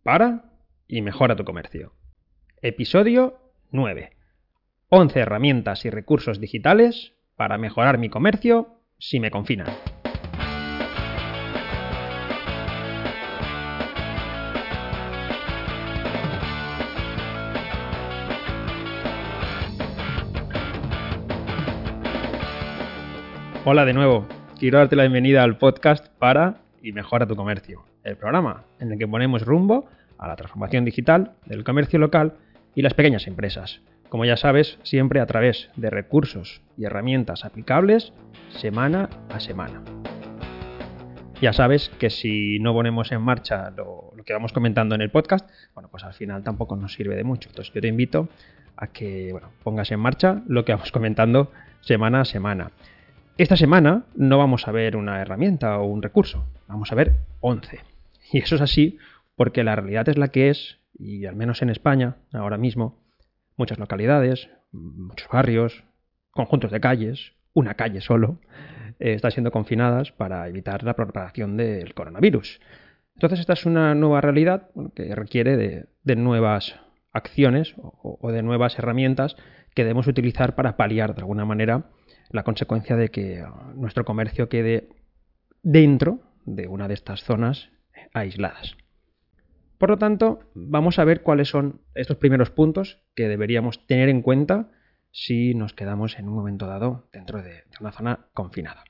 para y mejora tu comercio. Episodio 9. 11 herramientas y recursos digitales para mejorar mi comercio si me confinan. Hola de nuevo, quiero darte la bienvenida al podcast para y mejora tu comercio, el programa en el que ponemos rumbo a la transformación digital del comercio local y las pequeñas empresas. Como ya sabes, siempre a través de recursos y herramientas aplicables semana a semana. Ya sabes que si no ponemos en marcha lo que vamos comentando en el podcast, bueno, pues al final tampoco nos sirve de mucho. Entonces yo te invito a que pongas en marcha lo que vamos comentando semana a semana. Esta semana no vamos a ver una herramienta o un recurso, vamos a ver 11. Y eso es así porque la realidad es la que es, y al menos en España, ahora mismo, muchas localidades, muchos barrios, conjuntos de calles, una calle solo, están siendo confinadas para evitar la propagación del coronavirus. Entonces esta es una nueva realidad que requiere de nuevas acciones o de nuevas herramientas que debemos utilizar para paliar de alguna manera la consecuencia de que nuestro comercio quede dentro de una de estas zonas aisladas. Por lo tanto, vamos a ver cuáles son estos primeros puntos que deberíamos tener en cuenta si nos quedamos en un momento dado dentro de una zona confinada.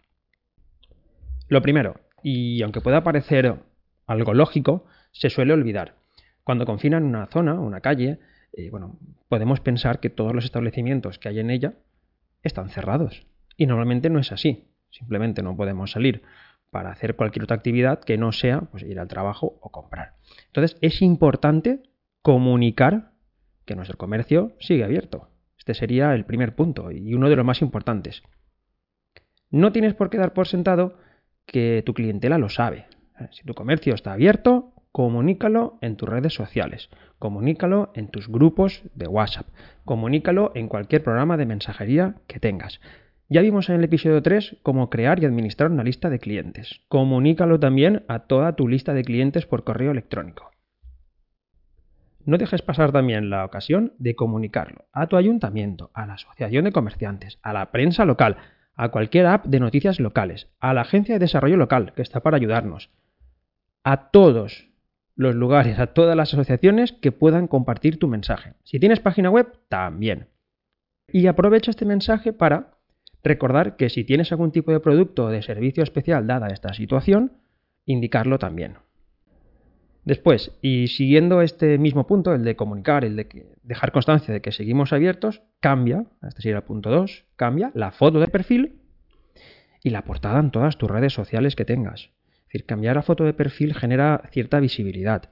Lo primero, y aunque pueda parecer algo lógico, se suele olvidar. Cuando confinan una zona, una calle, podemos pensar que todos los establecimientos que hay en ella están cerrados. Y normalmente no es así. Simplemente no podemos salir para hacer cualquier otra actividad que no sea ir al trabajo o comprar. Entonces es importante comunicar que nuestro comercio sigue abierto. Este sería el primer punto y uno de los más importantes. No tienes por qué dar por sentado que tu clientela lo sabe. Si tu comercio está abierto, comunícalo en tus redes sociales, comunícalo en tus grupos de WhatsApp, comunícalo en cualquier programa de mensajería que tengas. Ya vimos en el episodio 3 cómo crear y administrar una lista de clientes. Comunícalo también a toda tu lista de clientes por correo electrónico. No dejes pasar también la ocasión de comunicarlo a tu ayuntamiento, a la asociación de comerciantes, a la prensa local, a cualquier app de noticias locales, a la agencia de desarrollo local que está para ayudarnos, a todos los lugares, a todas las asociaciones que puedan compartir tu mensaje. Si tienes página web, también. Y aprovecha este mensaje para recordar que si tienes algún tipo de producto o de servicio especial dada esta situación, indicarlo también. Después, y siguiendo este mismo punto, el de comunicar, el de dejar constancia de que seguimos abiertos, cambia, este sería el punto 2, cambia la foto de perfil y la portada en todas tus redes sociales que tengas. Es decir, cambiar la foto de perfil genera cierta visibilidad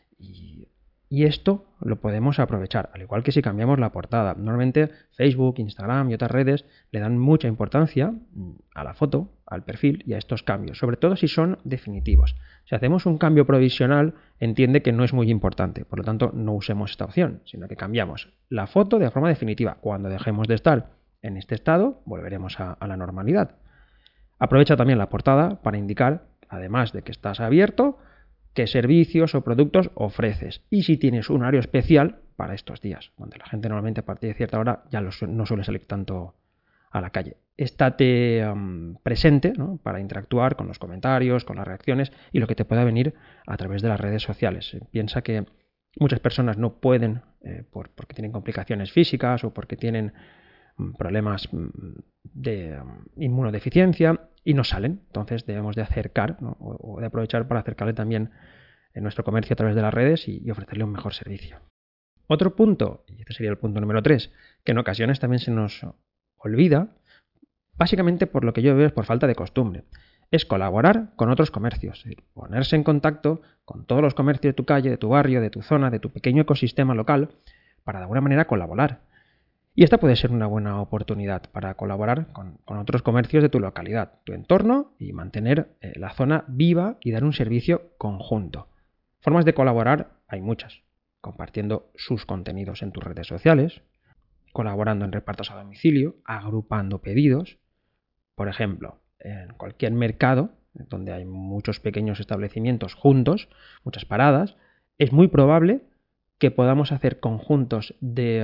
y esto lo podemos aprovechar, al igual que si cambiamos la portada. Normalmente Facebook, Instagram y otras redes le dan mucha importancia a la foto, al perfil y a estos cambios, sobre todo si son definitivos. Si hacemos un cambio provisional, entiende que no es muy importante, por lo tanto no usemos esta opción, sino que cambiamos la foto de forma definitiva. Cuando dejemos de estar en este estado, volveremos a la normalidad. Aprovecha también la portada para indicar, además de que estás abierto, qué servicios o productos ofreces y si tienes un horario especial para estos días, donde la gente normalmente a partir de cierta hora ya no suele salir tanto a la calle. Estate presente, ¿no?, para interactuar con los comentarios, con las reacciones y lo que te pueda venir a través de las redes sociales. Piensa que muchas personas no pueden porque tienen complicaciones físicas o porque tienen problemas de inmunodeficiencia y no salen. Entonces debemos de acercar, ¿no?, o de aprovechar para acercarle también en nuestro comercio a través de las redes y ofrecerle un mejor servicio. Otro punto, y este sería el punto número 3, que en ocasiones también se nos olvida, básicamente por lo que yo veo es por falta de costumbre, es colaborar con otros comercios, ponerse en contacto con todos los comercios de tu calle, de tu barrio, de tu zona, de tu pequeño ecosistema local, para de alguna manera colaborar. Y esta puede ser una buena oportunidad para colaborar con otros comercios de tu localidad, tu entorno y mantener la zona viva y dar un servicio conjunto. Formas de colaborar hay muchas, compartiendo sus contenidos en tus redes sociales, colaborando en repartos a domicilio, agrupando pedidos. Por ejemplo, en cualquier mercado donde hay muchos pequeños establecimientos juntos, muchas paradas, es muy probable que podamos hacer conjuntos de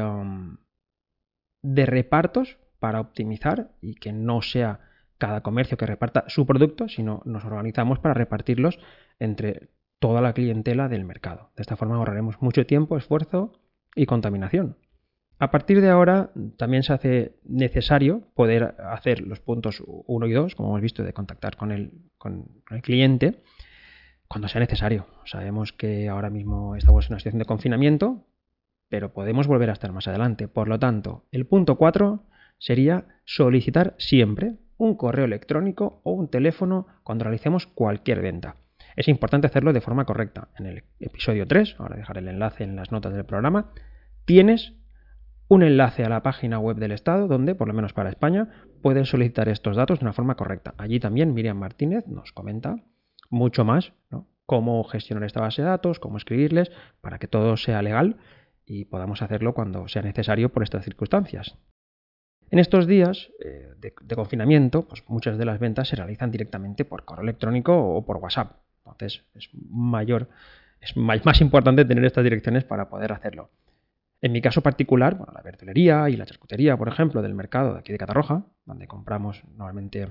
repartos para optimizar y que no sea cada comercio que reparta su producto, sino nos organizamos para repartirlos entre toda la clientela del mercado. De esta forma ahorraremos mucho tiempo, esfuerzo y contaminación. A partir de ahora también se hace necesario poder hacer los puntos 1 y 2, como hemos visto, de contactar con el cliente cuando sea necesario. Sabemos que ahora mismo estamos en una situación de confinamiento, pero podemos volver a estar más adelante. Por lo tanto, el punto 4 sería solicitar siempre un correo electrónico o un teléfono cuando realicemos cualquier venta. Es importante hacerlo de forma correcta. En el episodio 3, ahora dejaré el enlace en las notas del programa, tienes un enlace a la página web del Estado donde, por lo menos para España, puedes solicitar estos datos de una forma correcta. Allí también Miriam Martínez nos comenta mucho más, ¿no?, cómo gestionar esta base de datos, cómo escribirles, para que todo sea legal y podamos hacerlo cuando sea necesario por estas circunstancias. En estos días de confinamiento, pues muchas de las ventas se realizan directamente por correo electrónico o por WhatsApp. Entonces es más importante tener estas direcciones para poder hacerlo. En mi caso particular, la verdulería y la charcutería, por ejemplo, del mercado de aquí de Catarroja, donde compramos normalmente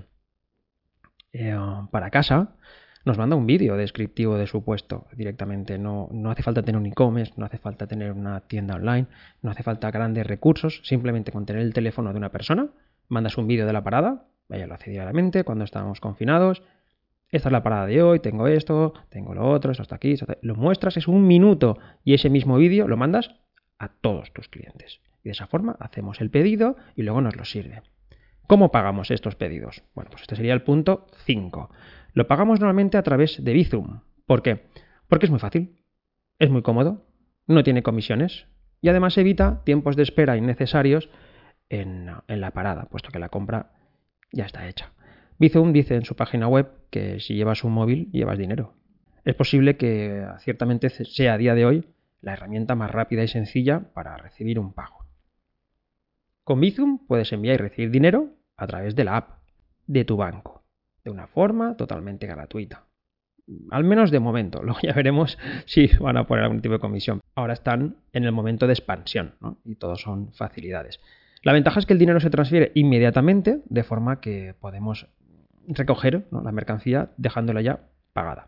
para casa, nos manda un vídeo descriptivo de su puesto directamente. No hace falta tener un e-commerce, no hace falta tener una tienda online, no hace falta grandes recursos. Simplemente con tener el teléfono de una persona, mandas un vídeo de la parada, ella lo hace diariamente cuando estamos confinados. Esta es la parada de hoy, tengo esto, tengo lo otro, esto está aquí, lo muestras, es 1 minuto y ese mismo vídeo lo mandas a todos tus clientes. Y de esa forma hacemos el pedido y luego nos lo sirve. ¿Cómo pagamos estos pedidos? Bueno, pues este sería el punto 5. Lo pagamos normalmente a través de Bizum. ¿Por qué? Porque es muy fácil, es muy cómodo, no tiene comisiones y además evita tiempos de espera innecesarios en la parada, puesto que la compra ya está hecha. Bizum dice en su página web que si llevas un móvil, llevas dinero. Es posible que ciertamente sea a día de hoy la herramienta más rápida y sencilla para recibir un pago. Con Bizum puedes enviar y recibir dinero a través de la app de tu banco, de una forma totalmente gratuita. Al menos de momento, luego ya veremos si van a poner algún tipo de comisión. Ahora están en el momento de expansión, ¿no? Y todo son facilidades. La ventaja es que el dinero se transfiere inmediatamente, de forma que podemos recoger, ¿no?, la mercancía dejándola ya pagada.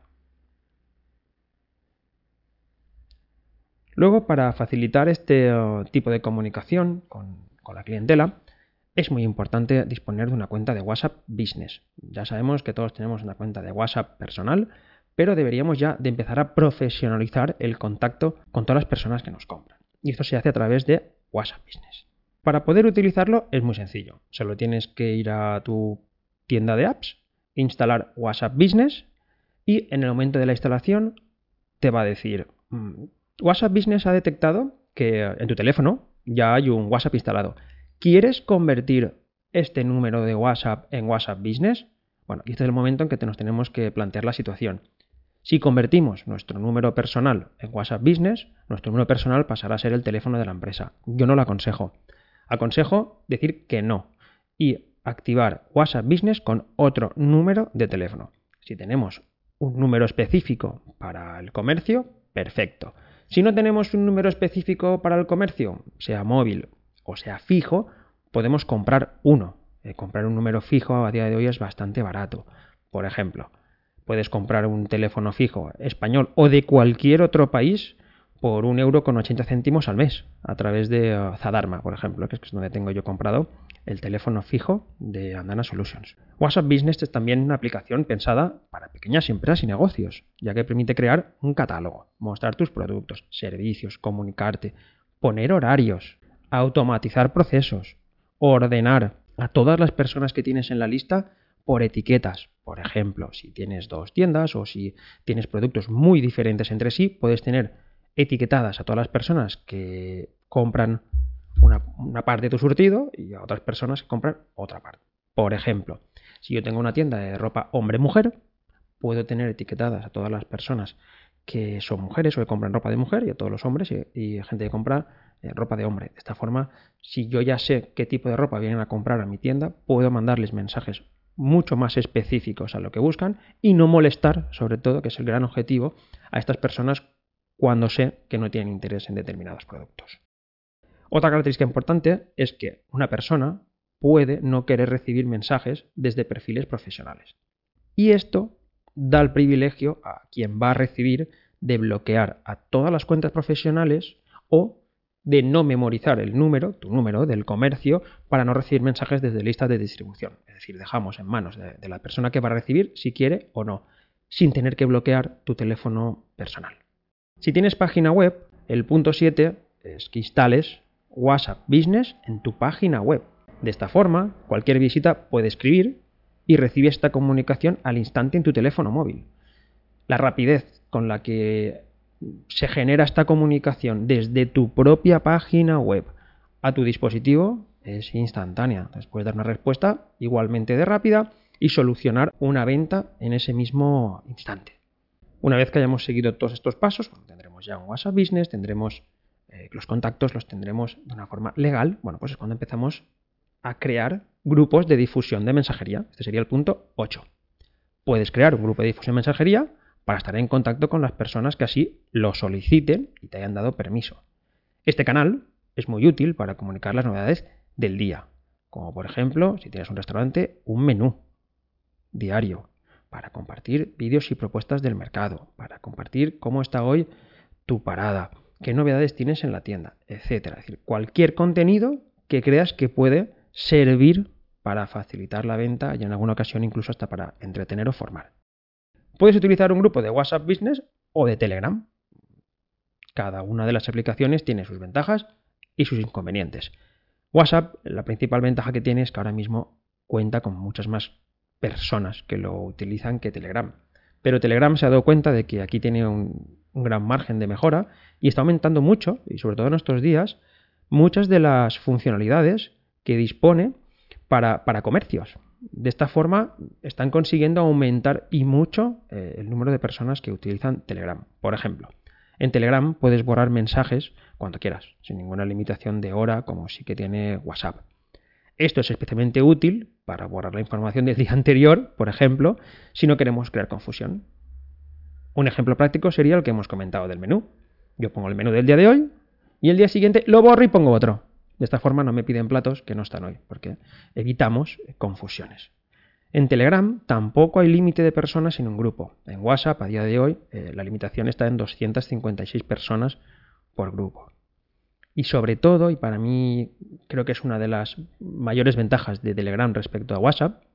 Luego, para facilitar este tipo de comunicación con la clientela, es muy importante disponer de una cuenta de WhatsApp Business. Ya sabemos que todos tenemos una cuenta de WhatsApp personal, pero deberíamos ya de empezar a profesionalizar el contacto con todas las personas que nos compran. Y esto se hace a través de WhatsApp Business. Para poder utilizarlo es muy sencillo. Solo tienes que ir a tu tienda de apps, instalar WhatsApp Business y en el momento de la instalación te va a decir: WhatsApp Business ha detectado que en tu teléfono ya hay un WhatsApp instalado. ¿Quieres convertir este número de WhatsApp en WhatsApp Business? Bueno, y este es el momento en que nos tenemos que plantear la situación. Si convertimos nuestro número personal en WhatsApp Business, nuestro número personal pasará a ser el teléfono de la empresa. Yo no lo aconsejo. Aconsejo decir que no y activar WhatsApp Business con otro número de teléfono. Si tenemos un número específico para el comercio, perfecto. Si no tenemos un número específico para el comercio, sea móvil o sea fijo, podemos comprar uno. Comprar un número fijo a día de hoy es bastante barato. Por ejemplo, puedes comprar un teléfono fijo español o de cualquier otro país por 1,80 € al mes a través de Zadarma, por ejemplo, que es donde tengo yo comprado el teléfono fijo de Andana Solutions. WhatsApp Business es también una aplicación pensada para pequeñas empresas y negocios, ya que permite crear un catálogo, mostrar tus productos, servicios, comunicarte, poner horarios, automatizar procesos, ordenar a todas las personas que tienes en la lista por etiquetas. Por ejemplo, si tienes 2 tiendas o si tienes productos muy diferentes entre sí, puedes tener etiquetadas a todas las personas que compran una parte de tu surtido y a otras personas que compran otra parte. Por ejemplo, si yo tengo una tienda de ropa hombre-mujer, puedo tener etiquetadas a todas las personas que son mujeres o que compran ropa de mujer y a todos los hombres y gente que compra ropa de hombre. De esta forma, si yo ya sé qué tipo de ropa vienen a comprar a mi tienda, puedo mandarles mensajes mucho más específicos a lo que buscan y no molestar, sobre todo, que es el gran objetivo, a estas personas cuando sé que no tienen interés en determinados productos. Otra característica importante es que una persona puede no querer recibir mensajes desde perfiles profesionales. Y esto da el privilegio a quien va a recibir de bloquear a todas las cuentas profesionales o de no memorizar tu número del comercio para no recibir mensajes desde listas de distribución. Es decir, dejamos en manos de la persona que va a recibir si quiere o no, sin tener que bloquear tu teléfono personal. Si tienes página web, el punto 7 es que instales WhatsApp Business en tu página web. De esta forma, cualquier visita puede escribir y recibir esta comunicación al instante en tu teléfono móvil. La rapidez con la que se genera esta comunicación desde tu propia página web a tu dispositivo es instantánea. Entonces puedes dar una respuesta igualmente de rápida y solucionar una venta en ese mismo instante. Una vez que hayamos seguido todos estos pasos, tendremos ya un WhatsApp Business, tendremos los contactos, los tendremos de una forma legal. Bueno, pues es cuando empezamos a crear grupos de difusión de mensajería. Este sería el punto 8. Puedes crear un grupo de difusión de mensajería para estar en contacto con las personas que así lo soliciten y te hayan dado permiso. Este canal es muy útil para comunicar las novedades del día, como por ejemplo, si tienes un restaurante, un menú diario, para compartir vídeos y propuestas del mercado, para compartir cómo está hoy tu parada, qué novedades tienes en la tienda, etcétera. Es decir, cualquier contenido que creas que puede servir para facilitar la venta y en alguna ocasión incluso hasta para entretener o formar. Puedes utilizar un grupo de WhatsApp Business o de Telegram. Cada una de las aplicaciones tiene sus ventajas y sus inconvenientes. WhatsApp, la principal ventaja que tiene es que ahora mismo cuenta con muchas más personas que lo utilizan que Telegram. Pero Telegram se ha dado cuenta de que aquí tiene un gran margen de mejora y está aumentando mucho, y sobre todo en estos días, muchas de las funcionalidades que dispone para comercios. De esta forma están consiguiendo aumentar y mucho el número de personas que utilizan Telegram. Por ejemplo, en Telegram puedes borrar mensajes cuando quieras, sin ninguna limitación de hora como sí que tiene WhatsApp. Esto es especialmente útil para borrar la información del día anterior, por ejemplo, si no queremos crear confusión. Un ejemplo práctico sería el que hemos comentado del menú. Yo pongo el menú del día de hoy y el día siguiente lo borro y pongo otro. De esta forma no me piden platos que no están hoy, porque evitamos confusiones. En Telegram tampoco hay límite de personas en un grupo. En WhatsApp, a día de hoy, la limitación está en 256 personas por grupo. Y sobre todo, y para mí creo que es una de las mayores ventajas de Telegram respecto a WhatsApp,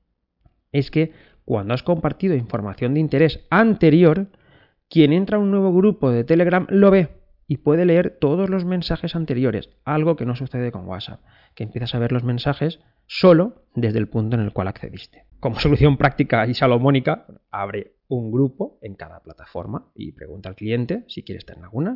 es que cuando has compartido información de interés anterior, quien entra a un nuevo grupo de Telegram lo ve y puede leer todos los mensajes anteriores, algo que no sucede con WhatsApp, que empiezas a ver los mensajes solo desde el punto en el cual accediste. Como solución práctica y salomónica, abre un grupo en cada plataforma y pregunta al cliente si quiere estar en alguna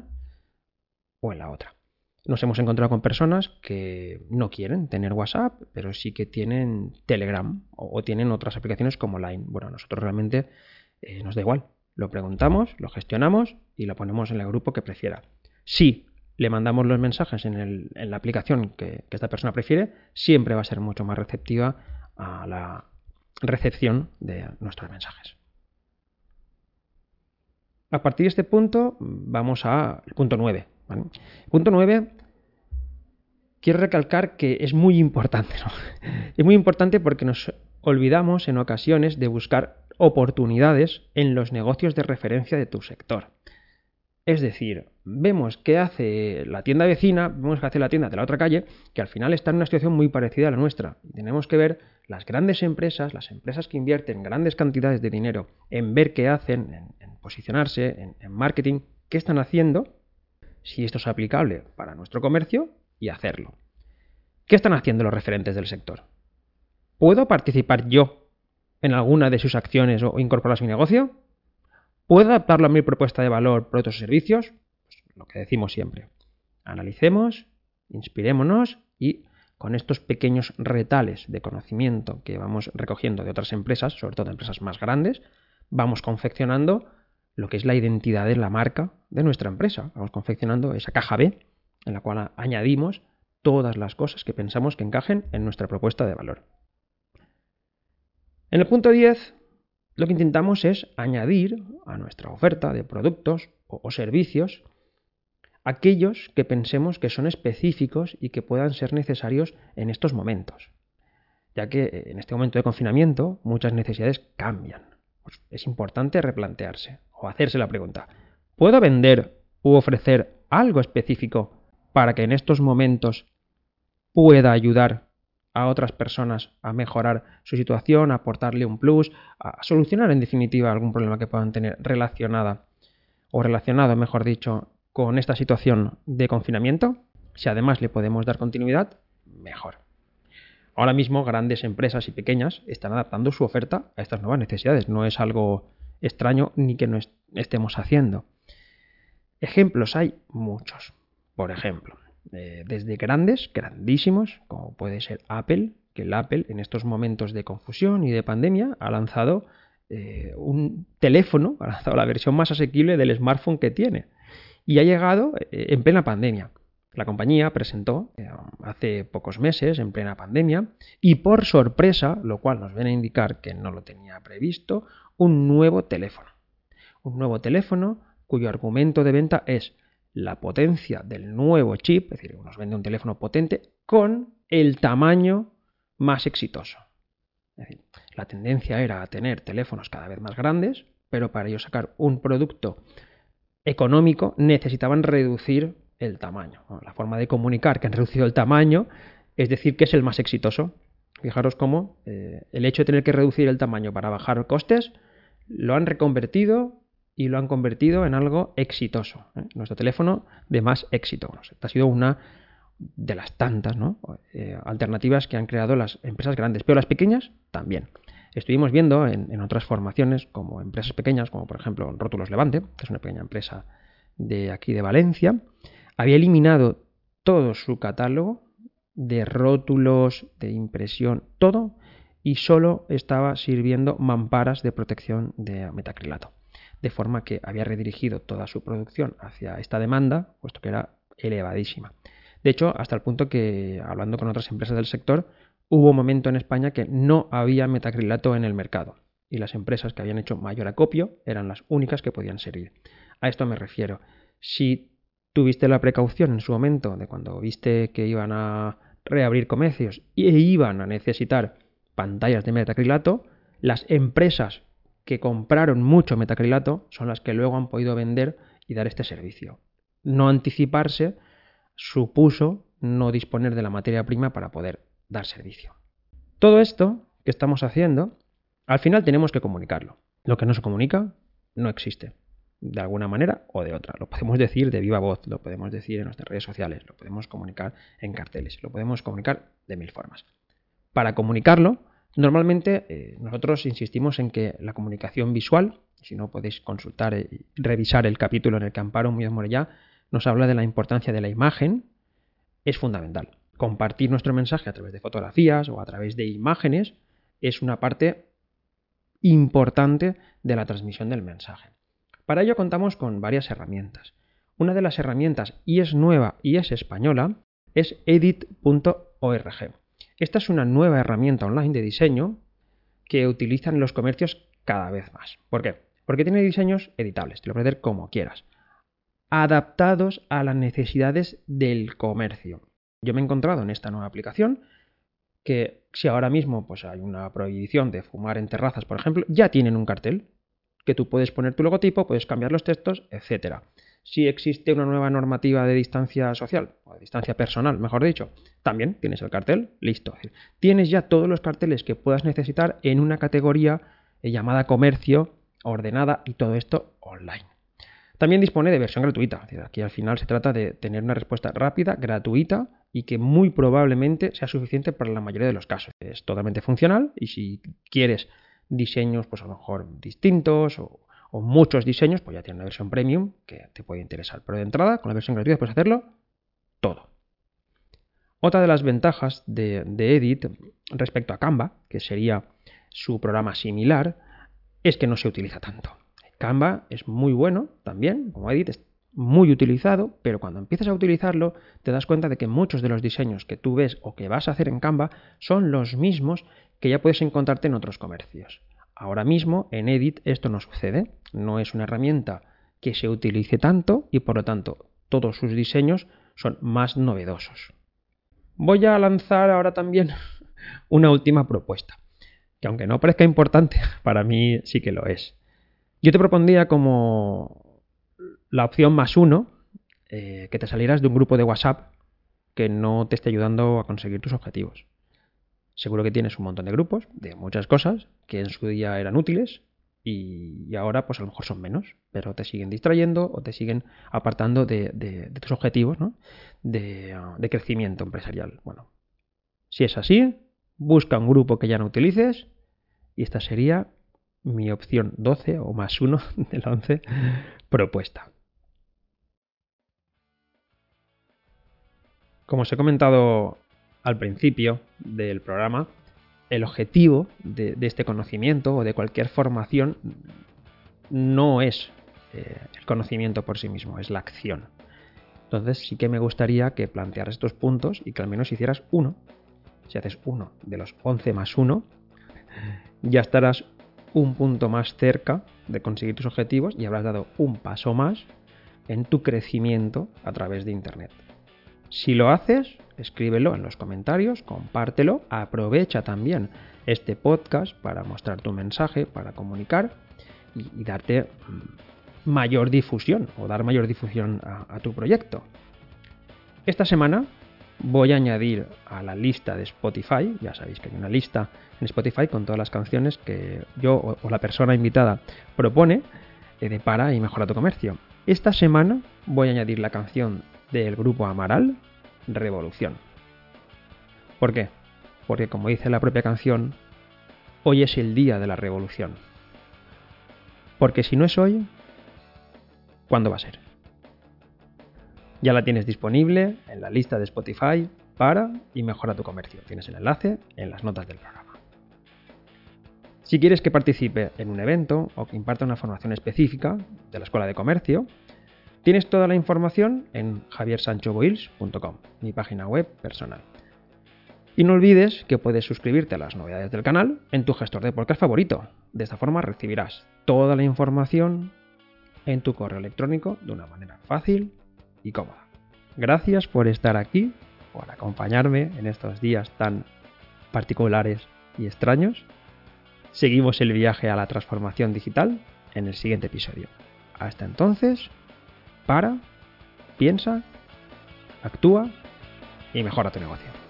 o en la otra. Nos hemos encontrado con personas que no quieren tener WhatsApp, pero sí que tienen Telegram o tienen otras aplicaciones como Line. Bueno, a nosotros realmente nos da igual. Lo preguntamos, lo gestionamos y lo ponemos en el grupo que prefiera. Si le mandamos los mensajes en la aplicación que esta persona prefiere, siempre va a ser mucho más receptiva a la recepción de nuestros mensajes. A partir de este punto vamos al punto 9. ¿Vale? Punto 9, quiero recalcar que es muy importante, ¿no? Es muy importante porque nos olvidamos en ocasiones de buscar oportunidades en los negocios de referencia de tu sector. Es decir, vemos qué hace la tienda vecina, vemos qué hace la tienda de la otra calle, que al final está en una situación muy parecida a la nuestra. Y tenemos que ver las grandes empresas, las empresas que invierten grandes cantidades de dinero en ver qué hacen, en posicionarse, en marketing, qué están haciendo, si esto es aplicable para nuestro comercio, y hacerlo. ¿Qué están haciendo los referentes del sector? ¿Puedo participar yo en alguna de sus acciones o incorporarlas a mi negocio? ¿Puedo adaptarlo a mi propuesta de valor, productos o servicios? Pues lo que decimos siempre. Analicemos, inspirémonos y con estos pequeños retales de conocimiento que vamos recogiendo de otras empresas, sobre todo de empresas más grandes, vamos confeccionando lo que es la identidad de la marca de nuestra empresa. Vamos confeccionando esa caja B en la cual añadimos todas las cosas que pensamos que encajen en nuestra propuesta de valor. En el punto 10, lo que intentamos es añadir a nuestra oferta de productos o servicios, aquellos que pensemos que son específicos y que puedan ser necesarios en estos momentos, ya que en este momento de confinamiento muchas necesidades cambian. Pues es importante replantearse o hacerse la pregunta: ¿puedo vender u ofrecer algo específico para que en estos momentos pueda ayudar a otras personas a mejorar su situación, a aportarle un plus, a solucionar en definitiva algún problema que puedan tener relacionado, mejor dicho, con esta situación de confinamiento? Si además le podemos dar continuidad, mejor. Ahora mismo grandes empresas y pequeñas están adaptando su oferta a estas nuevas necesidades. No es algo extraño ni que no estemos haciendo. Ejemplos hay muchos. Por ejemplo, desde grandísimos, como puede ser Apple, que el Apple en estos momentos de confusión y de pandemia ha lanzado un teléfono, ha lanzado la versión más asequible del smartphone que tiene. Y ha llegado en plena pandemia. La compañía presentó hace pocos meses, en plena pandemia, y por sorpresa, lo cual nos viene a indicar que no lo tenía previsto, un nuevo teléfono. Un nuevo teléfono cuyo argumento de venta es la potencia del nuevo chip, es decir, nos vende un teléfono potente con el tamaño más exitoso. Es decir, la tendencia era a tener teléfonos cada vez más grandes, pero para ello sacar un producto económico necesitaban reducir el tamaño. La forma de comunicar que han reducido el tamaño es decir que es el más exitoso. Fijaros cómo el hecho de tener que reducir el tamaño para bajar costes lo han reconvertido y lo han convertido en algo exitoso. Nuestro teléfono de más éxito. Esta ha sido una de las tantas, ¿no? Alternativas que han creado las empresas grandes, pero las pequeñas también. Estuvimos viendo en otras formaciones como empresas pequeñas, como por ejemplo Rótulos Levante, que es una pequeña empresa de aquí de Valencia, había eliminado todo su catálogo de rótulos, de impresión, todo, y solo estaba sirviendo mamparas de protección de metacrilato. De forma que había redirigido toda su producción hacia esta demanda, puesto que era elevadísima. De hecho, hasta el punto que, hablando con otras empresas del sector, hubo un momento en España que no había metacrilato en el mercado y las empresas que habían hecho mayor acopio eran las únicas que podían servir. A esto me refiero. Si tuviste la precaución en su momento de cuando viste que iban a reabrir comercios e iban a necesitar pantallas de metacrilato, las empresas que compraron mucho metacrilato son las que luego han podido vender y dar este servicio. No anticiparse supuso no disponer de la materia prima para poder dar servicio. Todo esto que estamos haciendo, al final tenemos que comunicarlo. Lo que no se comunica no existe, de alguna manera o de otra. Lo podemos decir de viva voz, lo podemos decir en nuestras redes sociales, lo podemos comunicar en carteles, lo podemos comunicar de mil formas. Para comunicarlo, normalmente nosotros insistimos en que la comunicación visual, si no podéis consultar y revisar el capítulo en el que Amparo Muñoz Morellá nos habla de la importancia de la imagen, es fundamental. Compartir nuestro mensaje a través de fotografías o a través de imágenes es una parte importante de la transmisión del mensaje. Para ello contamos con varias herramientas. Una de las herramientas, y es nueva y es española, es edit.org. Esta es una nueva herramienta online de diseño que utilizan los comercios cada vez más. ¿Por qué? Porque tiene diseños editables, te lo puedes hacer como quieras, adaptados a las necesidades del comercio. Yo me he encontrado en esta nueva aplicación que si ahora mismo pues hay una prohibición de fumar en terrazas, por ejemplo, ya tienen un cartel que tú puedes poner tu logotipo, puedes cambiar los textos, etc. Si existe una nueva normativa de distancia social, o de distancia personal, mejor dicho, también tienes el cartel, listo. Tienes ya todos los carteles que puedas necesitar en una categoría llamada comercio, ordenada, y todo esto online. También dispone de versión gratuita. Aquí al final se trata de tener una respuesta rápida, gratuita y que muy probablemente sea suficiente para la mayoría de los casos. Es totalmente funcional y si quieres diseños pues a lo mejor distintos o muchos diseños, pues ya tiene una versión premium que te puede interesar. Pero de entrada, con la versión gratuita puedes hacerlo todo. Otra de las ventajas de Edit respecto a Canva, que sería su programa similar, es que no se utiliza tanto. Canva es muy bueno también, como Edit es muy utilizado, pero cuando empiezas a utilizarlo te das cuenta de que muchos de los diseños que tú ves o que vas a hacer en Canva son los mismos que ya puedes encontrarte en otros comercios. Ahora mismo en Edit esto no sucede, no es una herramienta que se utilice tanto y por lo tanto todos sus diseños son más novedosos. Voy a lanzar ahora también una última propuesta, que aunque no parezca importante, para mí sí que lo es. Yo te propondría como la opción +1 que te salieras de un grupo de WhatsApp que no te esté ayudando a conseguir tus objetivos. Seguro que tienes un montón de grupos de muchas cosas que en su día eran útiles y ahora pues a lo mejor son menos, pero te siguen distrayendo o te siguen apartando de tus objetivos, ¿no? de crecimiento empresarial. Bueno, si es así, busca un grupo que ya no utilices y esta sería mi opción 12 o +1 de la 11 propuesta. Como os he comentado al principio del programa, el objetivo de este conocimiento o de cualquier formación no es el conocimiento por sí mismo, es la acción. Entonces sí que me gustaría que plantearas estos puntos y que al menos hicieras uno. Si haces uno de los 11 +1, ya estarás un punto más cerca de conseguir tus objetivos y habrás dado un paso más en tu crecimiento a través de Internet. Si lo haces, escríbelo en los comentarios, compártelo, aprovecha también este podcast para mostrar tu mensaje, para comunicar y darte mayor difusión o dar mayor difusión a tu proyecto. Esta semana voy a añadir a la lista de Spotify, ya sabéis que hay una lista en Spotify con todas las canciones que yo o la persona invitada propone para y mejora tu comercio. Esta semana voy a añadir la canción del grupo Amaral, Revolución. ¿Por qué? Porque como dice la propia canción, hoy es el día de la revolución. Porque si no es hoy, ¿cuándo va a ser? Ya la tienes disponible en la lista de Spotify para y mejora tu comercio. Tienes el enlace en las notas del programa. Si quieres que participe en un evento o que imparta una formación específica de la Escuela de Comercio, tienes toda la información en javiersanchoboils.com, mi página web personal. Y no olvides que puedes suscribirte a las novedades del canal en tu gestor de podcast favorito. De esta forma recibirás toda la información en tu correo electrónico de una manera fácil y cómoda. Gracias por estar aquí, por acompañarme en estos días tan particulares y extraños. Seguimos el viaje a la transformación digital en el siguiente episodio. Hasta entonces, piensa, actúa y mejora tu negocio.